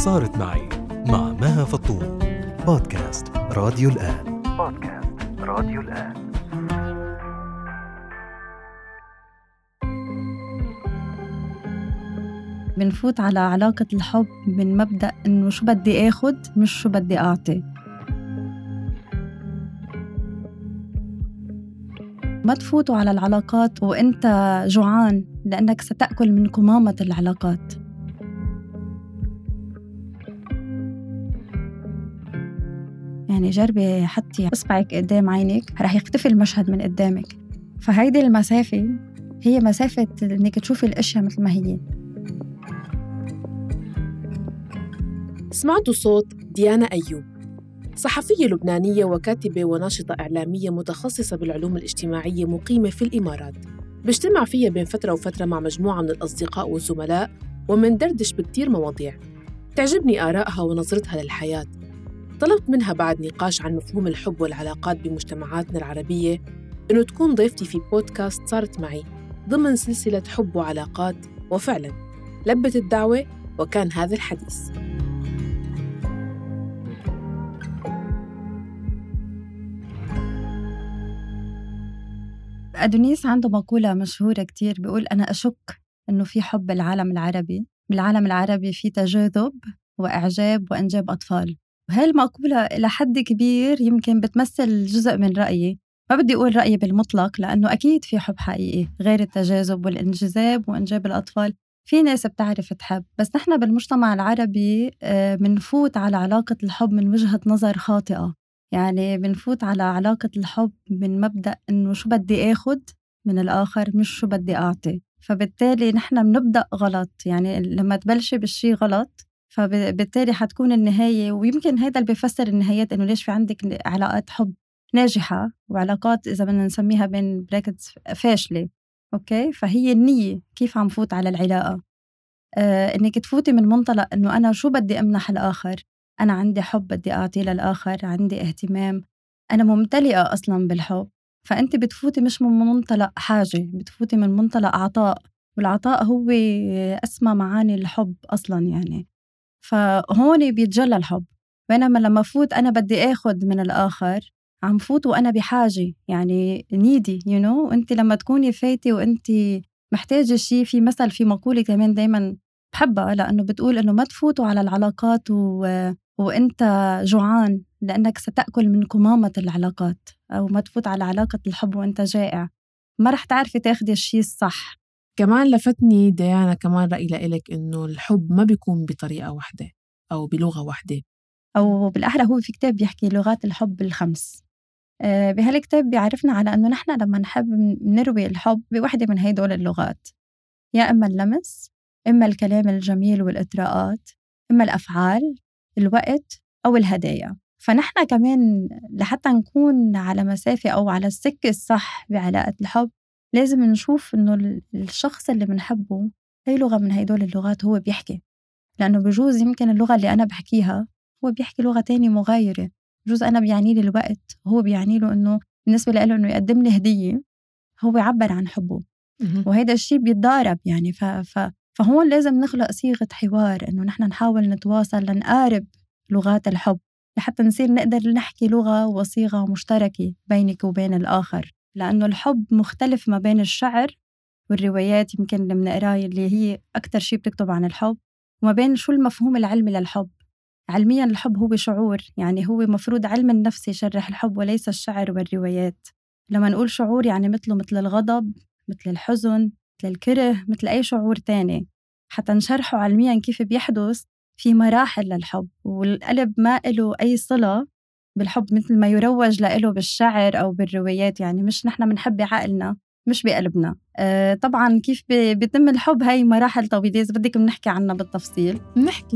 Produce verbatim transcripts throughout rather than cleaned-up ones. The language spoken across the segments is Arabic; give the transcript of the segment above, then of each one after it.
صارت معي مع مها فطوم. بودكاست راديو الآن. بودكاست راديو الآن. بنفوت على علاقة الحب من مبدأ إنه شو بدي آخد مش شو بدي أعطي. ما تفوتوا على العلاقات وإنت جوعان، لأنك ستأكل من كمامة العلاقات. يعني جربي حطي إصبعك قدام عينك، رح يختفي المشهد من قدامك. فهيدي المسافة هي مسافة إنك تشوفي الأشياء مثل ما هي. سمعتوا صوت ديانا أيوب، صحفية لبنانية وكاتبة وناشطة إعلامية متخصصة بالعلوم الاجتماعية مقيمة في الإمارات. بجتمع فيها بين فترة وفترة مع مجموعة من الأصدقاء والزملاء ومندردش بكتير مواضيع. تعجبني آرائها ونظرتها للحياة. طلبت منها بعد نقاش عن مفهوم الحب والعلاقات بمجتمعاتنا العربية إنه تكون ضيفتي في بودكاست صارت معي ضمن سلسلة حب وعلاقات، وفعلاً لبت الدعوة وكان هذا الحديث. أدونيس عنده مقولة مشهورة كتير، بيقول أنا أشك إنه في حب بالعالم العربي. بالعالم العربي في تجاذب وإعجاب وإنجاب أطفال. وهي المقولة إلى حد كبير يمكن بتمثل جزء من رأيي. ما بدي أقول رأيي بالمطلق، لأنه أكيد في حب حقيقي غير التجاذب والإنجذاب وإنجاب الأطفال. في ناس بتعرف تحب، بس نحن بالمجتمع العربي بنفوت على علاقة الحب من وجهة نظر خاطئة. يعني بنفوت على علاقة الحب من مبدأ إنه شو بدي آخد من الآخر مش شو بدي أعطي. فبالتالي نحن بنبدأ غلط. يعني لما تبلشي بالشي غلط فبالتالي حتكون النهاية، ويمكن هذا اللي بيفسر النهايات، إنه ليش في عندك علاقات حب ناجحة وعلاقات إذا بدنا نسميها بين براكتس فاشلة. أوكي، فهي النية كيف عم فوت على العلاقة. آه إنك تفوتي من منطلق إنه أنا شو بدي أمنح الآخر، أنا عندي حب بدي أعطيه للآخر، عندي اهتمام، أنا ممتلئة أصلاً بالحب. فأنت بتفوتي مش من منطلق حاجة، بتفوتي من منطلق عطاء، والعطاء هو أسمى معاني الحب أصلاً. يعني فهون بيتجلى الحب. بينما لما فوت أنا بدي أخذ من الآخر، عم فوت وأنا بحاجة، يعني نيدي يو نو. وأنت لما تكوني فايتة وأنت محتاجة شيء، في مثل في مقولة كمان دايماً بحبها، لأنه بتقول إنه ما تفوتوا على العلاقات و... وأنت جوعان، لأنك ستأكل من كمامة العلاقات. أو ما تفوت على علاقة الحب وأنت جائع، ما رح تعرفي تاخدي الشيء الصح. كمان لفتني ديانا كمان رأي لإلك إنه الحب ما بيكون بطريقة واحدة أو بلغة واحدة، أو بالأحرى هو في كتاب بيحكي لغات الحب الخمس. أه بهالكتاب بيعرفنا على أنه نحن لما نحب نروي الحب بوحدة من هيدول اللغات، يا إما اللمس، إما الكلام الجميل والإطراءات، إما الأفعال، الوقت، أو الهدايا. فنحن كمان لحتى نكون على مسافة أو على السكة الصح بعلاقة الحب، لازم نشوف إنه الشخص اللي بنحبه أي لغة من هيدول اللغات هو بيحكي. لأنه بجوز يمكن اللغة اللي أنا بحكيها هو بيحكي لغة تانية مغايرة. بجوز أنا بيعني لي الوقت، هو بيعني له إنه بالنسبة له إنه يقدم لي هدية هو يعبر عن حبه. وهذا الشيء بيتضارب. يعني ف... ف... فهون لازم نخلق صيغة حوار، إنه نحن نحاول نتواصل لنقارب لغات الحب لحتى نصير نقدر نحكي لغة وصيغة مشتركة بينك وبين الآخر. لأنه الحب مختلف ما بين الشعر والروايات يمكن اللي بنقراها اللي هي أكتر شيء بتكتب عن الحب، وما بين شو المفهوم العلمي للحب. علميا الحب هو شعور، يعني هو مفروض علم النفس يشرح الحب وليس الشعر والروايات. لما نقول شعور يعني مثله مثل الغضب، مثل الحزن، مثل الكره، مثل أي شعور تاني. حتى نشرحه علميا كيف بيحدث في مراحل للحب، والقلب ما له أي صلة بالحب مثل ما يروج له بالشعر أو بالروايات. يعني مش نحن منحب بعقلنا مش بقلبنا. آه طبعا كيف بيتم الحب هاي مراحل طويلة، إذا بدك بنحكي عنها بالتفصيل نحكي.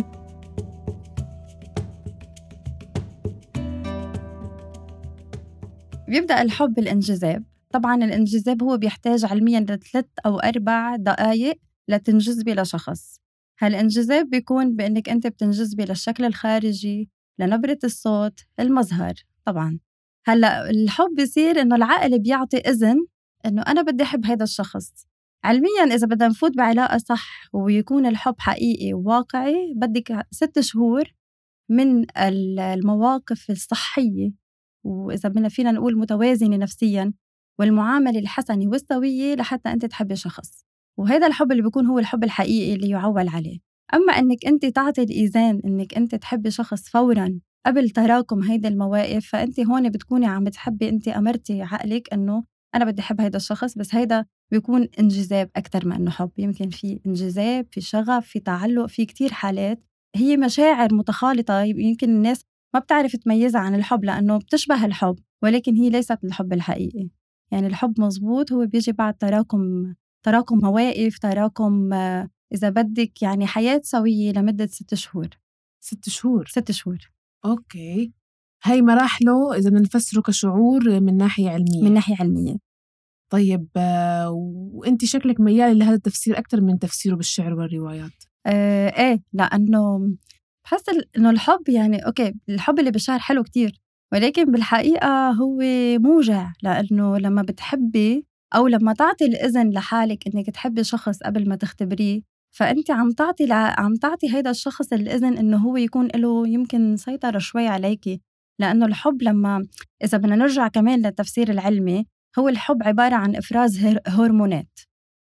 بيبدأ الحب بالانجذاب. طبعاً الانجذاب هو بيحتاج علمياً لثلاث أو أربع دقايق لتنجذبي لشخص. هالانجذاب بيكون بأنك أنت بتنجذبي للشكل الخارجي، لنبرة الصوت، المظهر. طبعاً هلأ الحب بيصير إنه العقل بيعطي إذن إنه أنا بدي أحب هذا الشخص. علمياً إذا بدنا نفوت بعلاقة صح ويكون الحب حقيقي وواقعي بدك ست شهور من المواقف الصحية، وإذا بدنا فينا نقول متوازنة نفسياً، والمعاملة الحسنة والسوية لحتى أنت تحبي شخص. وهذا الحب اللي بيكون هو الحب الحقيقي اللي يعول عليه. أما أنك أنت تعطي الإيذان أنك أنت تحبي شخص فوراً قبل تراكم هيدا المواقف، فأنت هون بتكوني عم بتحبي، أنت أمرتي عقلك أنه أنا بدي أحب هيدا الشخص، بس هيدا بيكون انجذاب أكتر ما أنه حب. يمكن في انجذاب، في شغف، في تعلق، في كتير حالات هي مشاعر متخالطة. يمكن الناس ما بتعرف تميزها عن الحب لأنه بتشبه الحب، ولكن هي ليست الحب الحقيقي. يعني الحب مزبوط هو بيجي بعد تراكم تراكم مواقف، تراكم إذا بدك يعني حياة سوية لمدة ست شهور. ست شهور ست شهور أوكي. هاي مراحله إذا نفسره كشعور من ناحية علمية. من ناحية علمية. طيب وأنت شكلك ميال لهذا التفسير أكتر من تفسيره بالشعر والروايات. آه إيه، لأنه بحس إنه الحب يعني أوكي، الحب اللي بالشعر حلو كتير، ولكن بالحقيقة هو موجع. لأنه لما بتحبي أو لما تعطي الإذن لحالك إنك تحبي شخص قبل ما تختبريه، فأنت عم تعطي لع... عم تعطي هيدا الشخص الإذن إنه هو يكون له يمكن سيطرة شوي عليكي. لأنه الحب لما إذا بدنا نرجع كمان للتفسير العلمي، هو الحب عبارة عن إفراز هر... هرمونات.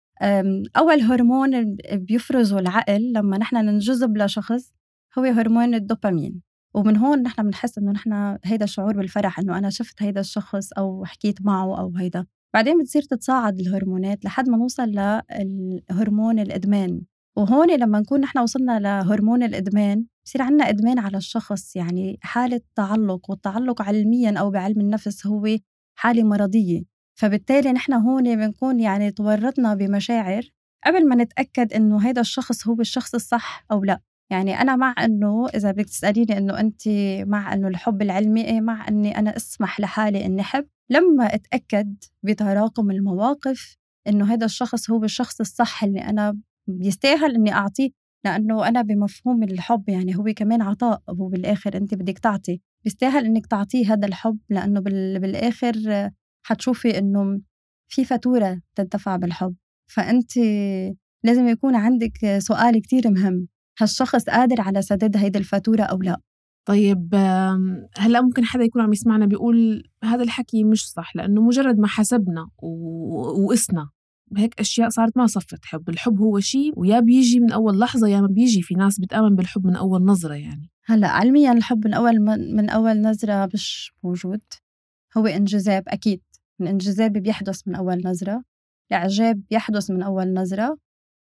أول هرمون بيفرزه العقل لما نحن ننجذب لشخص هو هرمون الدوبامين، ومن هون نحن بنحس إنه نحن هيدا شعور بالفرح إنه أنا شفت هيدا الشخص أو حكيت معه أو هيدا. بعدين بتصير تتصاعد الهرمونات لحد ما نوصل لهرمون الإدمان، وهون لما نكون نحن وصلنا لهرمون الإدمان بصير عنا إدمان على الشخص، يعني حالة تعلق. والتعلق علميا أو بعلم النفس هو حالة مرضية. فبالتالي نحن هون بنكون يعني تورطنا بمشاعر قبل ما نتأكد إنه هيدا الشخص هو الشخص الصح أو لا. يعني أنا مع إنه إذا بدك تسأليني إنه أنت مع إنه الحب العلمي، إيه، مع إني أنا أسمح لحالي إني أحب لما أتأكد بتراكم المواقف إنه هيدا الشخص هو الشخص الصح اللي أنا بيستاهل إني أعطيه. لأنه أنا بمفهوم الحب يعني هو كمان عطاء، هو بالآخر أنت بدك تعطي، بيستاهل إنك تعطيه هذا الحب، لأنه بالآخر حتشوفي إنه في فاتورة تدفع بالحب. فأنت لازم يكون عندك سؤال كتير مهم، هالشخص قادر على سداد هيدا الفاتورة أو لا؟ طيب هلأ ممكن حدا يكون عم يسمعنا بيقول هذا الحكي مش صح، لأنه مجرد ما حسبنا وقسنا هيك أشياء صارت ما صفت حب. الحب هو شيء ويا بيجي من أول لحظة يا ما بيجي. في ناس بتآمن بالحب من أول نظرة. يعني هلأ علميا الحب من أول من أول نظرة مش موجود. هو انجذاب أكيد، الانجذاب بيحدث من أول نظرة، الإعجاب بيحدث من أول نظرة،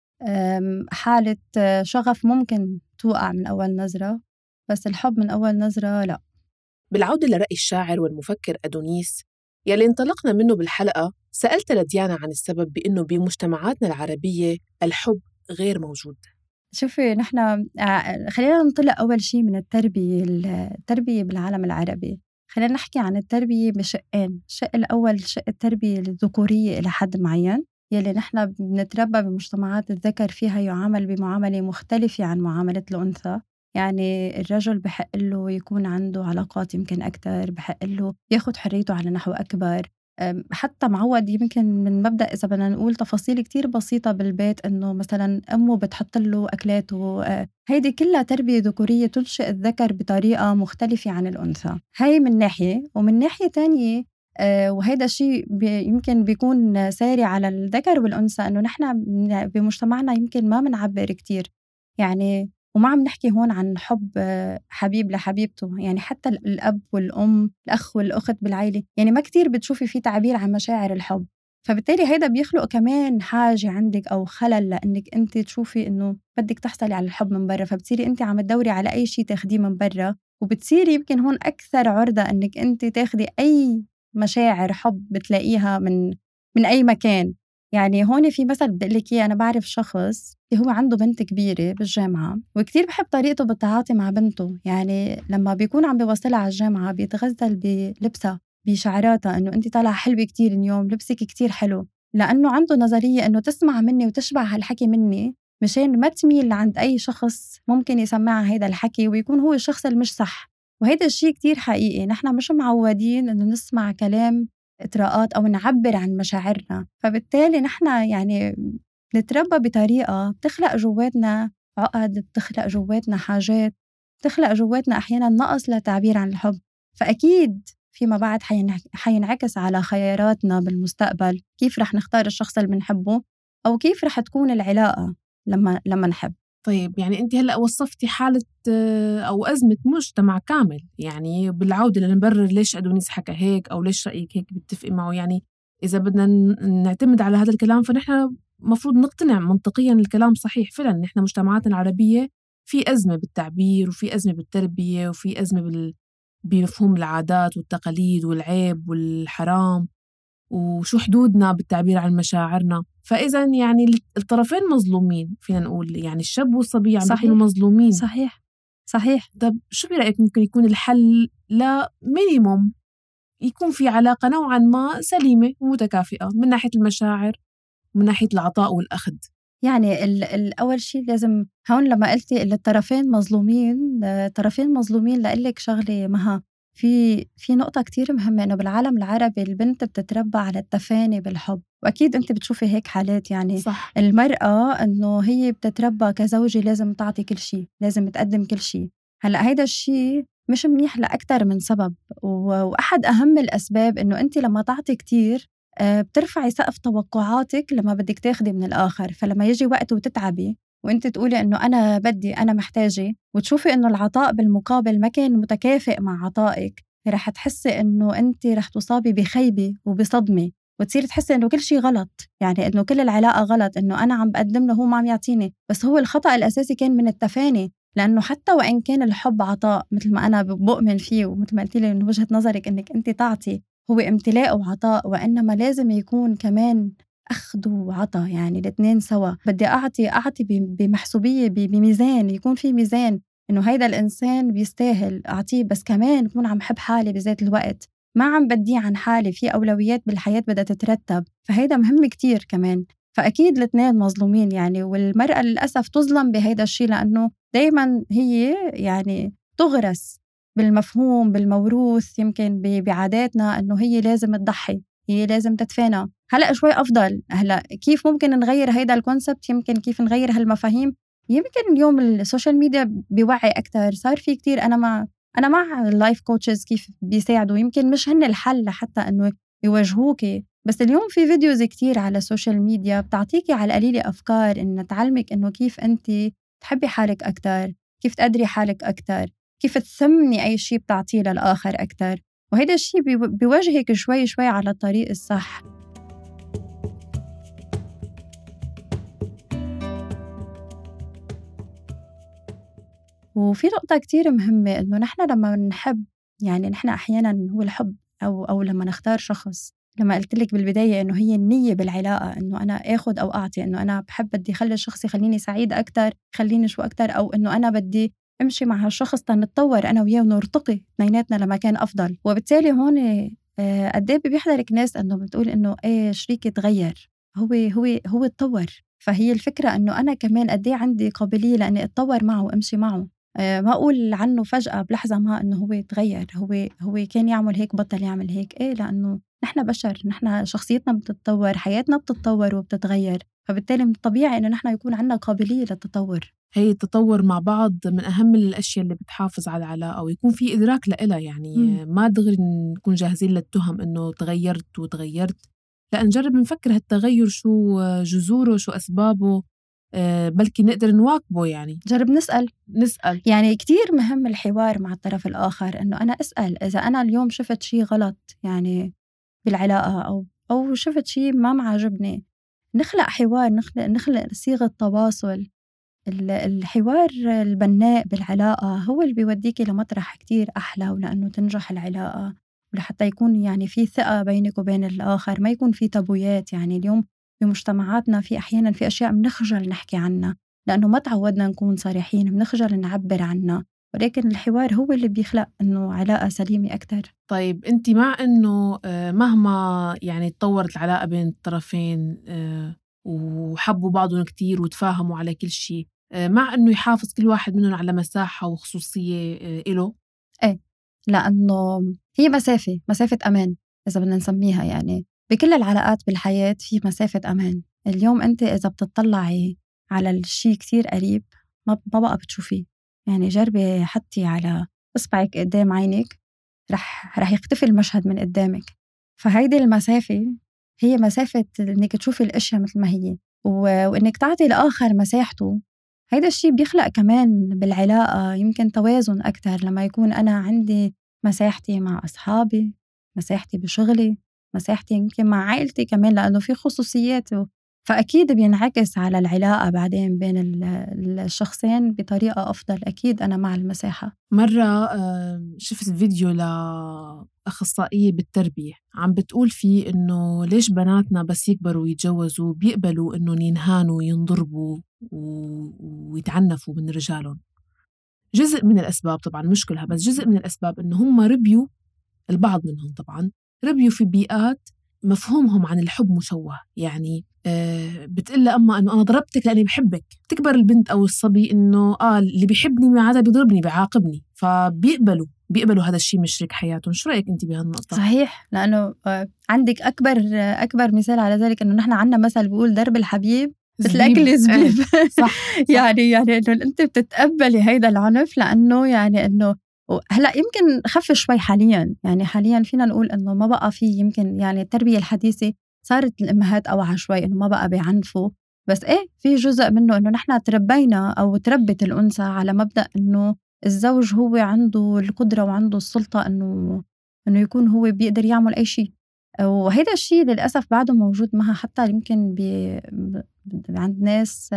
حالة شغف ممكن توقع من أول نظرة، بس الحب من أول نظرة لا. بالعودة لرأي الشاعر والمفكر أدونيس يلي انطلقنا منه بالحلقة، سألت لديانا عن السبب بأنه بمجتمعاتنا العربية الحب غير موجود. شوفي نحن خلينا ننطلق أول شيء من التربية التربية بالعالم العربي. خلينا نحكي عن التربية بشقين. الشق الأول شق التربية الذكورية إلى حد معين، يلي نحن بنتربى بمجتمعات الذكر فيها يعامل بمعاملة مختلفة عن معاملة الأنثى. يعني الرجل بحق له يكون عنده علاقات يمكن أكتر، بحق له ياخد حريته على نحو أكبر، حتى معود يمكن من مبدأ إذا بدنا نقول تفاصيل كتير بسيطة بالبيت إنه مثلا أمه بتحط له أكلاته. هيدي كلها تربية ذكورية تنشئ الذكر بطريقة مختلفة عن الأنثى. هاي من ناحية، ومن ناحية تانية وهذا الشيء بي يمكن بيكون ساري على الذكر والأنثى، إنه نحن بمجتمعنا يمكن ما بنعبر كتير. يعني وما عم نحكي هون عن حب حبيب لحبيبته، يعني حتى الأب والأم، الأخ والأخت بالعائلة، يعني ما كتير بتشوفي فيه تعبير عن مشاعر الحب. فبالتالي هيدا بيخلق كمان حاجة عندك أو خلل، لأنك أنت تشوفي إنه بدك تحصلي على الحب من برا، فبتصيري أنت عم تدوري على أي شيء تاخديه من برا، وبتصيري يمكن هون أكثر عرضة إنك أنت تاخدي أي مشاعر حب بتلاقيها من من أي مكان. يعني هون في مثل بدي لك إياه، أنا بعرف شخص هو عنده بنت كبيرة بالجامعة وكتير بحب طريقته بالتعاطي مع بنته. يعني لما بيكون عم بيوصلها على الجامعة بيتغزل بلبسها بشعراتها، إنه أنت طالعة حلوة كتير اليوم، لبسك كتير حلو، لأنه عنده نظرية إنه تسمع مني وتشبع هالحكي مني مشان ما تميل لعند أي شخص ممكن يسمعها هيدا الحكي ويكون هو الشخص المش صح. وهيدا الشيء كتير حقيقي، نحن مش معودين إنه نسمع كلام إطراءات أو نعبر عن مشاعرنا. فبالتالي نحن يعني نتربى بطريقة بتخلق جواتنا عقد، بتخلق جواتنا حاجات، بتخلق جواتنا أحياناً نقص لتعبير عن الحب. فأكيد فيما بعد حينعكس على خياراتنا بالمستقبل، كيف رح نختار الشخص اللي بنحبه أو كيف رح تكون العلاقة لما لما نحب. طيب يعني أنت هلأ وصفتي حالة أو أزمة مجتمع كامل، يعني بالعودة لنبرر ليش أدونيس حكى هيك أو ليش رأيك هيك بتتفق معه. يعني إذا بدنا نعتمد على هذا الكلام فنحن مفروض نقتنع منطقياً الكلام صحيح. فعلاً نحن مجتمعاتنا العربية في أزمة بالتعبير وفي أزمة بالتربية وفي أزمة بال... بمفهوم العادات والتقاليد والعيب والحرام وشو حدودنا بالتعبير عن مشاعرنا. فإذا يعني الطرفين مظلومين، فينا نقول يعني الشاب والصبي عم بيكونوا مظلومين. صحيح صحيح. طب شو برأيك ممكن يكون الحل لمينيموم يكون في علاقة نوعاً ما سليمة ومتكافئة من ناحية المشاعر ومن ناحية العطاء والأخذ؟ يعني الأول شيء لازم هون لما قلتي اللي الطرفين مظلومين، الطرفين مظلومين لقلك شغلة مها في في نقطة كتير مهمة، إنه بالعالم العربي البنت بتتربى على التفاني بالحب، وأكيد أنت بتشوفي هيك حالات. يعني صح. المرأة إنه هي بتتربى كزوجة لازم تعطي كل شيء، لازم تقدم كل شيء. هلأ هيدا الشيء مش منيح لأكتر من سبب، وأحد أهم الأسباب إنه أنت لما تعطي كتير بترفعي سقف توقعاتك لما بدك تاخدي من الآخر. فلما يجي وقت وتتعبي وانت تقولي انه انا بدي انا محتاجة وتشوفي انه العطاء بالمقابل ما كان متكافئ مع عطائك، رح تحسي انه انت رح تصابي بخيبة وبصدمة وتصير تحسي انه كل شيء غلط، يعني انه كل العلاقة غلط، انه انا عم بقدم له هو ما عم يعطيني. بس هو الخطأ الاساسي كان من التفاني، لانه حتى وان كان الحب عطاء مثل ما انا بؤمن فيه ومثل ما قلتي لي من وجهة نظرك انك انت تعطي هو امتلاء وعطاء، وإنما لازم يكون كمان أخذ وعطاء، يعني الاثنين سوا. بدي أعطي أعطي بمحسوبية بميزان، يكون في ميزان إنه هيدا الإنسان بيستاهل أعطيه، بس كمان يكون عم حب حالي بذات الوقت، ما عم بدي عن حالي، في أولويات بالحياة بدها تترتب. فهيدا مهم كتير كمان. فأكيد الاثنين مظلومين يعني، والمرأة للأسف تظلم بهيدا الشيء، لأنه دايما هي يعني تغرس بالمفهوم بالموروث يمكن بعاداتنا إنه هي لازم تضحي، هي لازم تتفانى. هلأ شوي أفضل. هلأ كيف ممكن نغير هيدا الكونسبت؟ يمكن كيف نغير هالمفاهيم؟ يمكن اليوم السوشيال ميديا بيوعي أكتر، صار في كتير. أنا مع أنا مع اللايف كوتشز كيف بيساعدوا، يمكن مش هن الحل حتى إنه يوجهوكي، بس اليوم في فيديوز كتير على السوشيال ميديا بتعطيكي على القليلة أفكار إن تعلمك إنه كيف أنت تحبي حالك أكتر، كيف تقدري حالك أكتر، كيف تثمني أي شيء بتعطيه للآخر أكتر. وهذا الشيء بيوجهك شوي شوي على الطريق الصح. وفي نقطة كتير مهمة، إنه نحن لما نحب، يعني نحن أحياناً هو الحب أو أو لما نختار شخص، لما قلت لك بالبداية إنه هي النية بالعلاقة، إنه أنا آخد أو أعطي، إنه أنا بحب بدي خلي الشخص يخليني سعيد أكتر، خليني شو أكتر، أو إنه أنا بدي امشي مع هالشخص تنتطور انا وياه ونرتقي اثنيناتنا لمكان افضل. وبالتالي هون آه قد ايه بيحضرك ناس انه بتقول انه ايه شريكي تغير، هو هو هو اتطور. فهي الفكره انه انا كمان قد ايه عندي قابليه لاني اتطور معه وامشي معه. آه ما اقول عنه فجاه بلحظه ما انه هو تغير، هو هو كان يعمل هيك بطل يعمل هيك. ايه لانه نحن بشر، نحن شخصيتنا بتتطور، حياتنا بتتطور وبتتغير، فبالتالي من الطبيعي انه نحن يكون عندنا قابليه للتطور. هي التطور مع بعض من أهم الأشياء اللي بتحافظ على العلاقة ويكون في إدراك لإلها. يعني م. ما دغري نكون جاهزين للتهم إنه تغيرت وتغيرت، لا نجرب نفكر هالتغير شو جذوره شو أسبابه، أه بلكي نقدر نواكبه. يعني جرب نسأل نسأل يعني كتير مهم الحوار مع الطرف الآخر، إنه أنا أسأل إذا أنا اليوم شفت شيء غلط يعني بالعلاقة أو أو شفت شيء ما معجبني، نخلق حوار، نخلق نخلق صيغة تواصل. الحوار البناء بالعلاقة هو اللي بيوديكي لمطرح كتير أحلى، ولأنه تنجح العلاقة ولحتى يكون يعني في ثقة بينك وبين الآخر، ما يكون في تابويات. يعني اليوم بمجتمعاتنا في أحيانا في أشياء بنخجل نحكي عنها لأنه ما تعودنا نكون صريحين، بنخجل نعبر عنها، ولكن الحوار هو اللي بيخلق إنه علاقة سليمة أكتر. طيب أنت مع إنه مهما يعني تطورت العلاقة بين الطرفين وحبوا بعضهم كتير وتفاهموا على كل شيء، مع إنه يحافظ كل واحد منهم على مساحة وخصوصية إله؟ إيه، لأنه هي مسافة مسافة أمان إذا بدنا نسميها. يعني بكل العلاقات بالحياة في مسافة أمان، اليوم أنت إذا بتطلعي على الشيء كتير قريب ما ما بقى بتشوفيه. يعني جربي حطي على إصبعك قدام عينك رح رح يختفي المشهد من قدامك. فهيدي المسافة هي مسافة إنك تشوفي الأشياء مثل ما هي، وإنك تعطي لآخر مساحته. هيدا الشيء بيخلق كمان بالعلاقة يمكن توازن أكتر، لما يكون أنا عندي مساحتي مع أصحابي، مساحتي بشغلي، مساحتي يمكن مع عائلتي كمان، لأنه في خصوصيات، فأكيد بينعكس على العلاقة بعدين بين الشخصين بطريقة أفضل. أكيد أنا مع المساحة. مرة شفت فيديو لأخصائية بالتربية عم بتقول فيه إنه ليش بناتنا بس يكبروا ويتجوزوا بيقبلوا إنه ينهانوا وينضربوا ويتعنفوا من رجالهم. جزء من الأسباب طبعاً مش كلها، بس جزء من الأسباب إنه هم ربيوا، البعض منهم طبعاً ربيوا في بيئات مفهومهم عن الحب مشوه. يعني آه بتقول لأما أنه أنا ضربتك لأني بحبك، تكبر البنت أو الصبي إنه آه اللي بيحبني ما عاد بيضربني بيعاقبني، فبيقبلوا بيقبلوا هذا الشيء من شريك حياتهم. شو رأيك أنت بهالنقطة؟ صحيح، لأنه آه عندك أكبر آه أكبر مثال على ذلك إنه نحن عنا مثل بيقول درب الحبيب مثل أكل الزبيب. صح, صح. يعني يعني إنه أنت بتتقبلي هيدا العنف لأنه يعني إنه هلا يمكن خف شوي حاليا. يعني حاليا فينا نقول إنه ما بقى في، يمكن يعني التربية الحديثة صارت الأمهات أوعى شوي إنه ما بقى بيعنفوا، بس إيه في جزء منه إنه نحن تربينا أو تربت الأنثى على مبدأ إنه الزوج هو عنده القدرة وعنده السلطة إنه إنه يكون هو بيقدر يعمل أي شيء. وهذا الشيء للأسف بعده موجود معها حتى يمكن بي عند ناس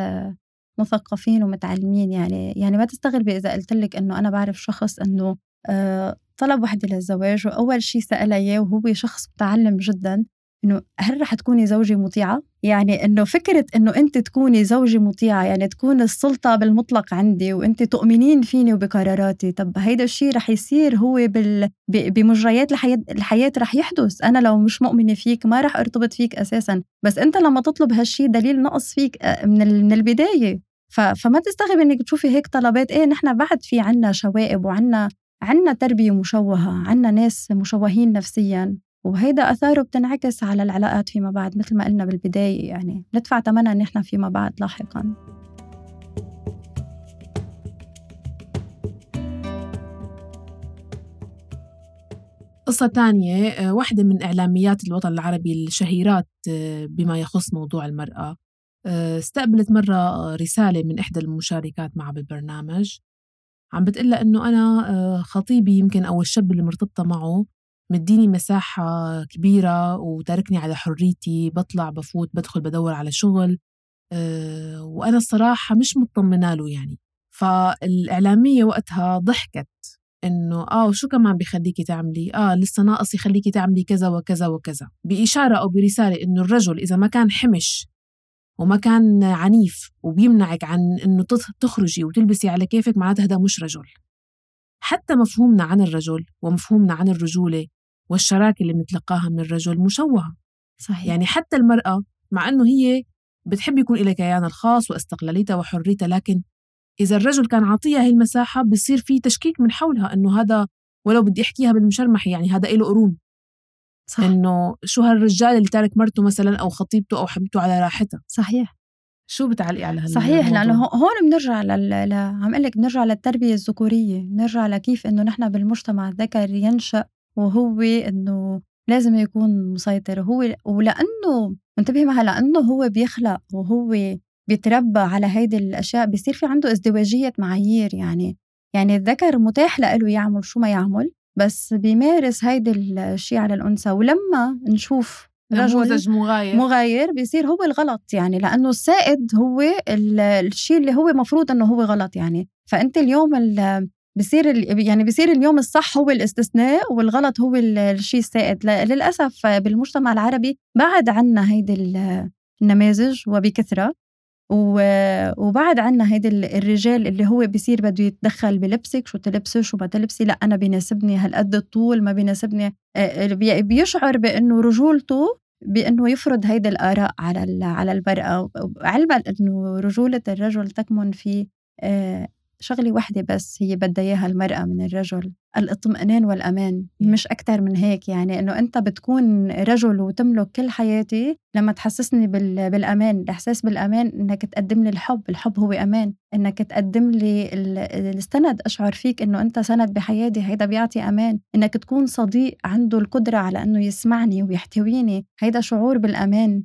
مثقفين ومتعلمين. يعني يعني ما تستغربي إذا قلت لك إنه أنا بعرف شخص إنه آه طلب وحدة للزواج، وأول شيء سألها إياه وهو شخص متعلم جدا إنه هل رح تكوني زوجة مطيعة؟ يعني إنه فكرة إنه أنت تكوني زوجة مطيعة يعني تكون السلطة بالمطلق عندي وأنت تؤمنين فيني وبقراراتي. طب هيدا الشيء رح يصير هو بال بمجريات الحياة الحياة رح يحدث. أنا لو مش مؤمنة فيك ما رح أرتبط فيك أساسا، بس أنت لما تطلب هالشيء دليل نقص فيك من من البداية. فما تستغرب إنك تشوفي هيك طلبات. إيه نحن بعد في عنا شوائب وعنا عنا تربية مشوهة، عنا ناس مشوهين نفسيا، وهيدا أثاره بتنعكس على العلاقات فيما بعد مثل ما قلنا بالبداية. يعني ندفع ثمنها نحن فيما بعد لاحقا. قصة تانية، واحدة من إعلاميات الوطن العربي الشهيرات بما يخص موضوع المرأة استقبلت مرة رسالة من إحدى المشاركات معه بالبرنامج عم بتقلها إنه أنا خطيبي يمكن أو الشاب اللي مرتبطة معه مديني مساحة كبيرة وتاركني على حريتي، بطلع بفوت بدخل بدور على شغل أه وأنا الصراحة مش مطمنة له. يعني فالإعلامية وقتها ضحكت إنه آه شو كمان بيخليكي تعملي، آه لسه ناقص يخليكي تعملي كذا وكذا وكذا، بإشارة أو برسالة إنه الرجل إذا ما كان حمش وما كان عنيف وبيمنعك عن إنه تخرجي وتلبسي على كيفك معناتها هذا مش رجل. حتى مفهومنا عن الرجل ومفهومنا عن الرجولة والشراكة اللي بنتلقاها من الرجل مشوهة. صحيح. يعني حتى المرأة مع أنه هي بتحب يكون إلى كيانها الخاص واستقلاليتها وحريتها، لكن إذا الرجل كان عطيها هاي المساحة بيصير في تشكيك من حولها إنه هذا، ولو بدي أحكيها بالمشرمحي، يعني هذا إله قرون. صح. إنه شو هالرجال اللي تارك مرته مثلا أو خطيبته أو حبيبته على راحتها. صحيح. شو بتعلقي على هالموضوع؟ صحيح، لأنه هون بنرجع لل... ل... عم قلك بنرجع للتربية الذكورية، بنرجع لكيف إنه نحن بالمجتمع الذكر ينشأ وهو إنه لازم يكون مسيطر هو، ولأنه انتبهي معها لأنه هو بيخلق وهو بيتربى على هيدي الأشياء بيصير في عنده ازدواجية معايير. يعني يعني الذكر متاح له يعمل شو ما يعمل، بس بيمارس هيدي الشيء على الأنثى. ولما نشوف نموذج مغاير مغاير بيصير هو الغلط، يعني لأنه السائد هو الشيء اللي هو مفروض أنه هو غلط. يعني فأنت اليوم بيصير يعني بيصير اليوم الصح هو الاستثناء والغلط هو الشيء السائد. للأسف بالمجتمع العربي بعد عنا هيدي النماذج وبكثرة، وبعد عنا هيدي الرجال اللي هو بيصير بده يتدخل بلبسك، شو تلبسي شو ما تلبسي، لا أنا بيناسبني هالقد الطول، ما بيناسبني. بيشعر بأنه رجولته بأنه يفرض هيدي الآراء على على المرأة، علما أنه رجولة الرجل تكمن في شغلة واحدة بس هي بدها إياها المرأة من الرجل، الاطمئنان والأمان، مش أكتر من هيك. يعني إنه أنت بتكون رجل وتملك كل حياتي لما تحسسني بالأمان. الإحساس بالأمان إنك تقدم لي الحب، الحب هو أمان. إنك تقدم لي السند، أشعر فيك إنه أنت سند بحياتي، هيدا بيعطي أمان. إنك تكون صديق عنده القدرة على إنه يسمعني ويحتويني، هيدا شعور بالأمان.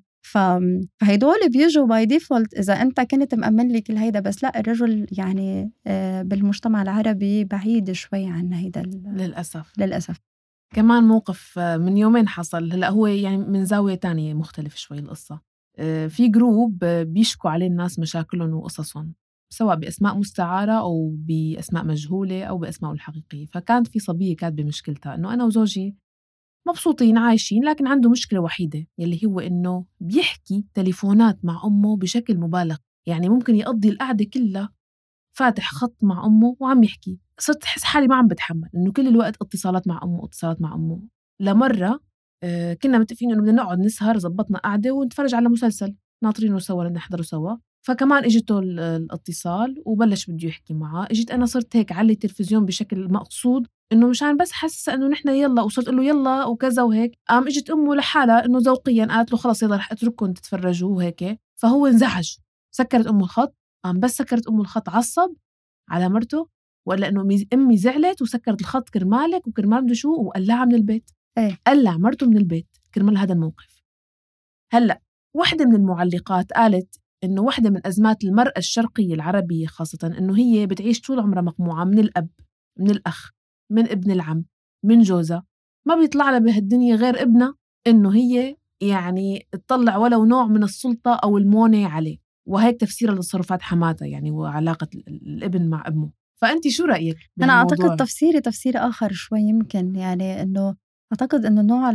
فهيدول بيجوا باي ديفولت إذا أنت كنت مأمن لي كل هيدا. بس لا، الرجل يعني بالمجتمع العربي بعيد شوي عن هيدا للأسف. للأسف. كمان موقف من يومين حصل، هلأ هو يعني من زاوية تانية مختلف شوي القصة. في جروب بيشكوا عليه الناس مشاكلهم وقصصهم، سواء بأسماء مستعارة أو بأسماء مجهولة أو بأسماء الحقيقية. فكانت في صبية كاتبة مشكلتها إنه أنا وزوجي مبسوطين عايشين، لكن عنده مشكلة وحيدة يلي هو إنه بيحكي تليفونات مع أمه بشكل مبالغ. يعني ممكن يقضي القعدة كلها فاتح خط مع أمه وعم يحكي. صرت أحس حالي ما عم بتحمل إنه كل الوقت اتصالات مع أمه اتصالات مع أمه. لمرة آه كنا متفقين إنه بدنا نقعد نسهر، زبطنا قعدة ونتفرج على مسلسل ناطرينه سوا نحضره سوا. فكمان اجته الاتصال وبلش بده يحكي معه. اجيت أنا صرت هيك علي التلفزيون بشكل مقصود إنه مشان بس حاسة إنه نحن يلا، وصرت أقول له يلا وكذا وهيك. قام اجت أمه لحالها إنه ذوقيا قالت له خلص يلا رح أترككم تتفرجوا وهيك. فهو انزعج، سكرت أمه الخط. قام بس سكرت أمه الخط عصب على مرته، ولا إنه أمي زعلت وسكرت الخط كرمالك وكرمال بده شو، وقلعها من البيت. إيه؟ قلع مرته من البيت كرمال هذا الموقف. هلأ واحدة من المعلقات قالت إنه واحدة من أزمات المرأة الشرقية العربية خاصة إنه هي بتعيش طول عمرها مقموعة من الأب، من الأخ، من ابن العم، من جوزها. ما بيطلع لها بهالدنيا غير ابنها، إنه هي يعني تطلع ولو نوع من السلطة أو المونة عليه. وهيك تفسيرها لتصرفات حماتها يعني وعلاقة الابن مع أمه. فأنت شو رأيك؟ أنا أعتقد تفسيري تفسير آخر شوي يمكن. يعني إنه أعتقد إنه نوع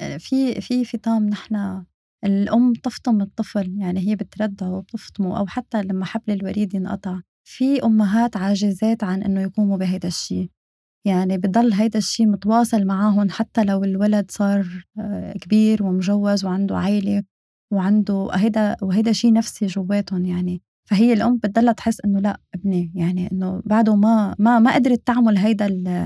في في فطام نحن الأم تفطم الطفل، يعني هي بتردعه وبتفطمه. أو حتى لما حبل الوريد ينقطع، في أمهات عاجزات عن إنه يقوموا بهيدا الشيء. يعني بضل هيدا الشيء متواصل معاهم حتى لو الولد صار كبير ومجوز وعنده عائلة وعنده هيدا وهيدا شيء نفسي جواتهم. يعني فهي الأم بتضلها تحس إنه لا ابني، يعني إنه بعده ما ما ما قدرت تعمل هيدا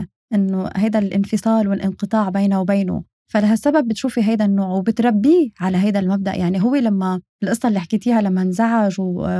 إنه هيدا الانفصال والانقطاع بينه وبينه. فلهالسبب بتشوفي هيدا النوع وبتربيه على هيدا المبدأ. يعني هو لما القصة اللي حكيتيها لما انزعج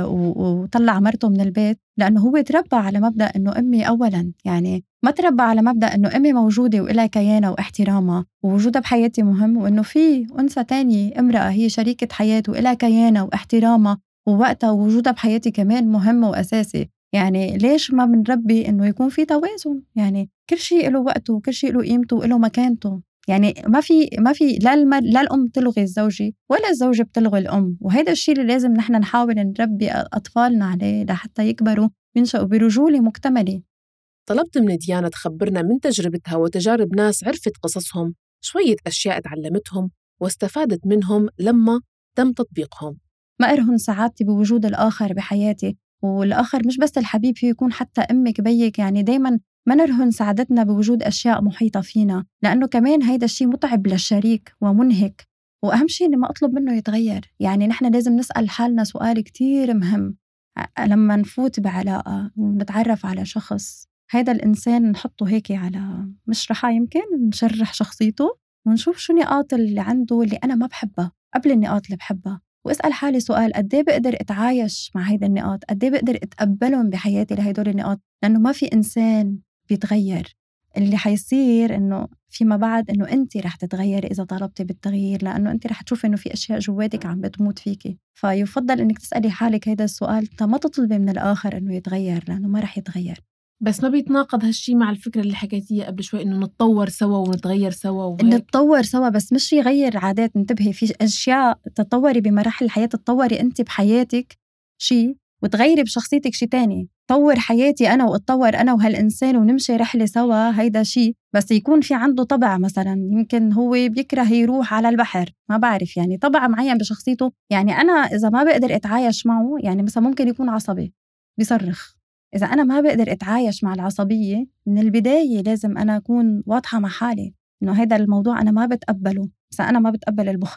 وطلع مرته من البيت، لأنه هو تربى على مبدأ إنه أمي أولاً. يعني ما تربى على مبدأ إنه أمي موجودة وإلها كيانة واحترامها ووجودها بحياتي مهم، وإنه في أنثى تانية امرأة هي شريكة حياته وإلها كيانة واحترامها ووقتها ووجودها بحياتي كمان مهم وأساسي. يعني ليش ما بنربي إنه يكون في توازن؟ يعني كل شيء له وقته وكل شيء له قيمته وله مكانته. يعني ما في ما في لا المر لا الأم بتلغي الزوجة ولا الزوجة بتلغي الأم. وهذا الشيء اللي لازم نحن نحاول نربي أطفالنا عليه لحتى يكبروا ينشأوا برجولة مكتملة. طلبت من ديانا تخبرنا من تجربتها وتجارب ناس عرفت قصصهم شوية أشياء تعلمتهم واستفادت منهم لما تم تطبيقهم. ما أرهن سعادتي بوجود الآخر بحياتي، والآخر مش بس الحبيب، فيه يكون حتى أمك بيك. يعني دايماً ما نرهن سعادتنا بوجود أشياء محيطة فينا، لأنه كمان هيدا الشيء متعب للشريك ومنهك. وأهم شيء إني ما أطلب منه يتغير. يعني نحن لازم نسأل حالنا سؤال كتير مهم لما نفوت بعلاقة ونتعرف على شخص. هيدا الإنسان نحطه هيك على مشرحة، يمكن نشرح شخصيته ونشوف شو نقاط اللي عنده اللي أنا ما بحبها قبل النقاط اللي بحبها. واسأل حالي سؤال، قد ايه بقدر اتعايش مع هيدا النقاط؟ قد ايه بقدر اتقبلهم بحياتي لهيدول النقاط؟ لأنه ما في إنسان بيتغير. اللي حيصير إنه فيما بعد إنه أنت رح تتغيري إذا طلبتي بالتغيير، لأنه أنت رح تشوفي إنه في أشياء جواتك عم بتموت فيكي. فيفضل إنك تسألي حالك هيدا السؤال، ما تطلبي من الآخر إنه يتغير لأنه ما رح يتغير. بس ما بيتناقض هالشي مع الفكرة اللي حكيتيها قبل شوي إنه نتطور سوا ونتغير سوا وهيك؟ نتطور سوا بس مش يغير عادات. انتبهي، في أشياء تطوري بمراحل الحياة، تطوري أنت بحياتك شيء وتغيري بشخصيتك شيء تاني. طور حياتي أنا واتطور أنا وهالإنسان ونمشي رحلة سوا، هيدا شيء. بس يكون في عنده طبع مثلا، يمكن هو بيكره يروح على البحر، ما بعرف، يعني طبع معين بشخصيته. يعني أنا إذا ما بقدر أتعايش معه، يعني مثلا ممكن يكون عصبي بيصرخ، إذا أنا ما بقدر أتعايش مع العصبية من البداية لازم أنا أكون واضحة مع حالي إنه هيدا الموضوع أنا ما بتقبله. مثلا أنا ما بتقبل البخل،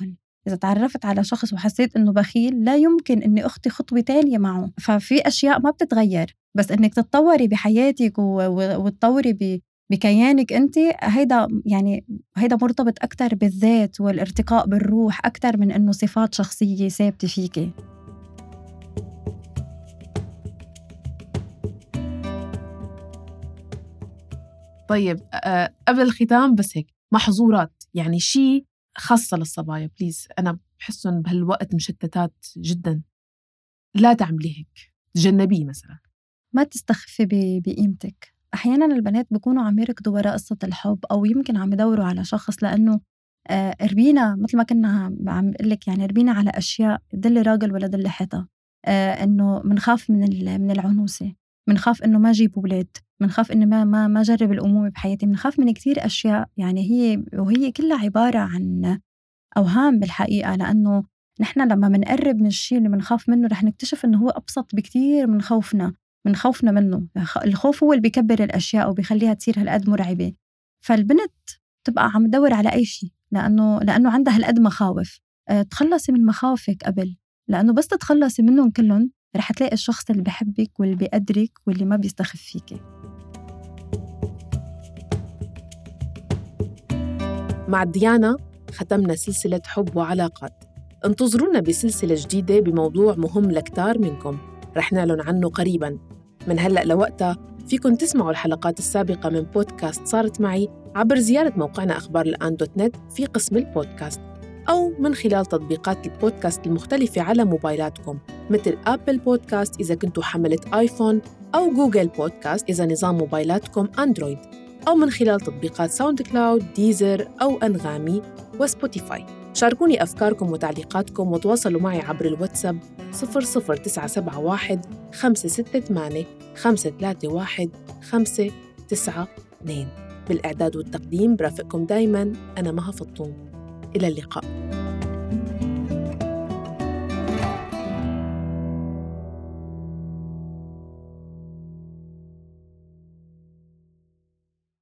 إذا تعرفت على شخص وحسيت إنه بخيل لا يمكن إني أخطي خطوة تانية معه. ففي أشياء ما بتتغير، بس إنك تتطوري بحياتك وتطوري بكيانك أنت، هيدا يعني هيدا مرتبط أكتر بالذات والارتقاء بالروح أكتر من إنه صفات شخصية ثابتة فيكي. طيب أه قبل الختام بس هيك محظورات، يعني شيء خاصة للصبايا بليز، أنا بحسن بهالوقت مشتتات جدا، لا تعملي هيك، تجنبيه. مثلا ما تستخفي بقيمتك. أحيانا البنات بيكونوا عم يركضوا وراء قصة الحب، أو يمكن عم يدوروا على شخص لأنه آه ربينا مثل ما كنا عم قلك، يعني ربينا على أشياء دل راجل ولا دل حيطة. آه إنه منخاف من من العنوسة، منخاف إنه ما جيب أولاد، منخاف إنه ما ما ما جرب الأمومة بحياتي، منخاف من كتير أشياء. يعني هي وهي كلها عبارة عن أوهام بالحقيقة، لأنه نحن لما منقرب من الشيء اللي منخاف منه رح نكتشف إنه هو أبسط بكتير من خوفنا من خوفنا منه. الخوف هو اللي بيكبر الأشياء وبيخليها تصير هالقد مرعبة. فالبنت تبقى عم تدور على أي شيء لأنه لأنه عندها هالقد مخاوف. أه تخلصي من مخاوفك قبل، لأنه بس تتخلصي منهم كلهم رح تلاقي الشخص اللي بيحبك واللي بيقدرك واللي ما بيستخف فيك. مع ديانا ختمنا سلسلة حب وعلاقات. انتظرونا بسلسلة جديدة بموضوع مهم لكتار منكم، رح نعلن عنه قريباً. من هلأ لوقتها فيكن تسمعوا الحلقات السابقة من بودكاست صارت معي عبر زيارة موقعنا أخبار الآن دوت نت في قسم البودكاست، أو من خلال تطبيقات البودكاست المختلفة على موبايلاتكم مثل أبل بودكاست إذا كنتوا حملة آيفون، أو جوجل بودكاست إذا نظام موبايلاتكم أندرويد، أو من خلال تطبيقات ساوند كلاود، ديزر أو أنغامي وسبوتيفاي. شاركوني أفكاركم وتعليقاتكم وتواصلوا معي عبر الواتساب صفر صفر تسعة سبعة واحد خمسة ستة ثمانية خمسة ثلاثة واحد خمسة تسعة اثنين. بالإعداد والتقديم برافقكم دايماً أنا مها فطوم. إلى اللقاء.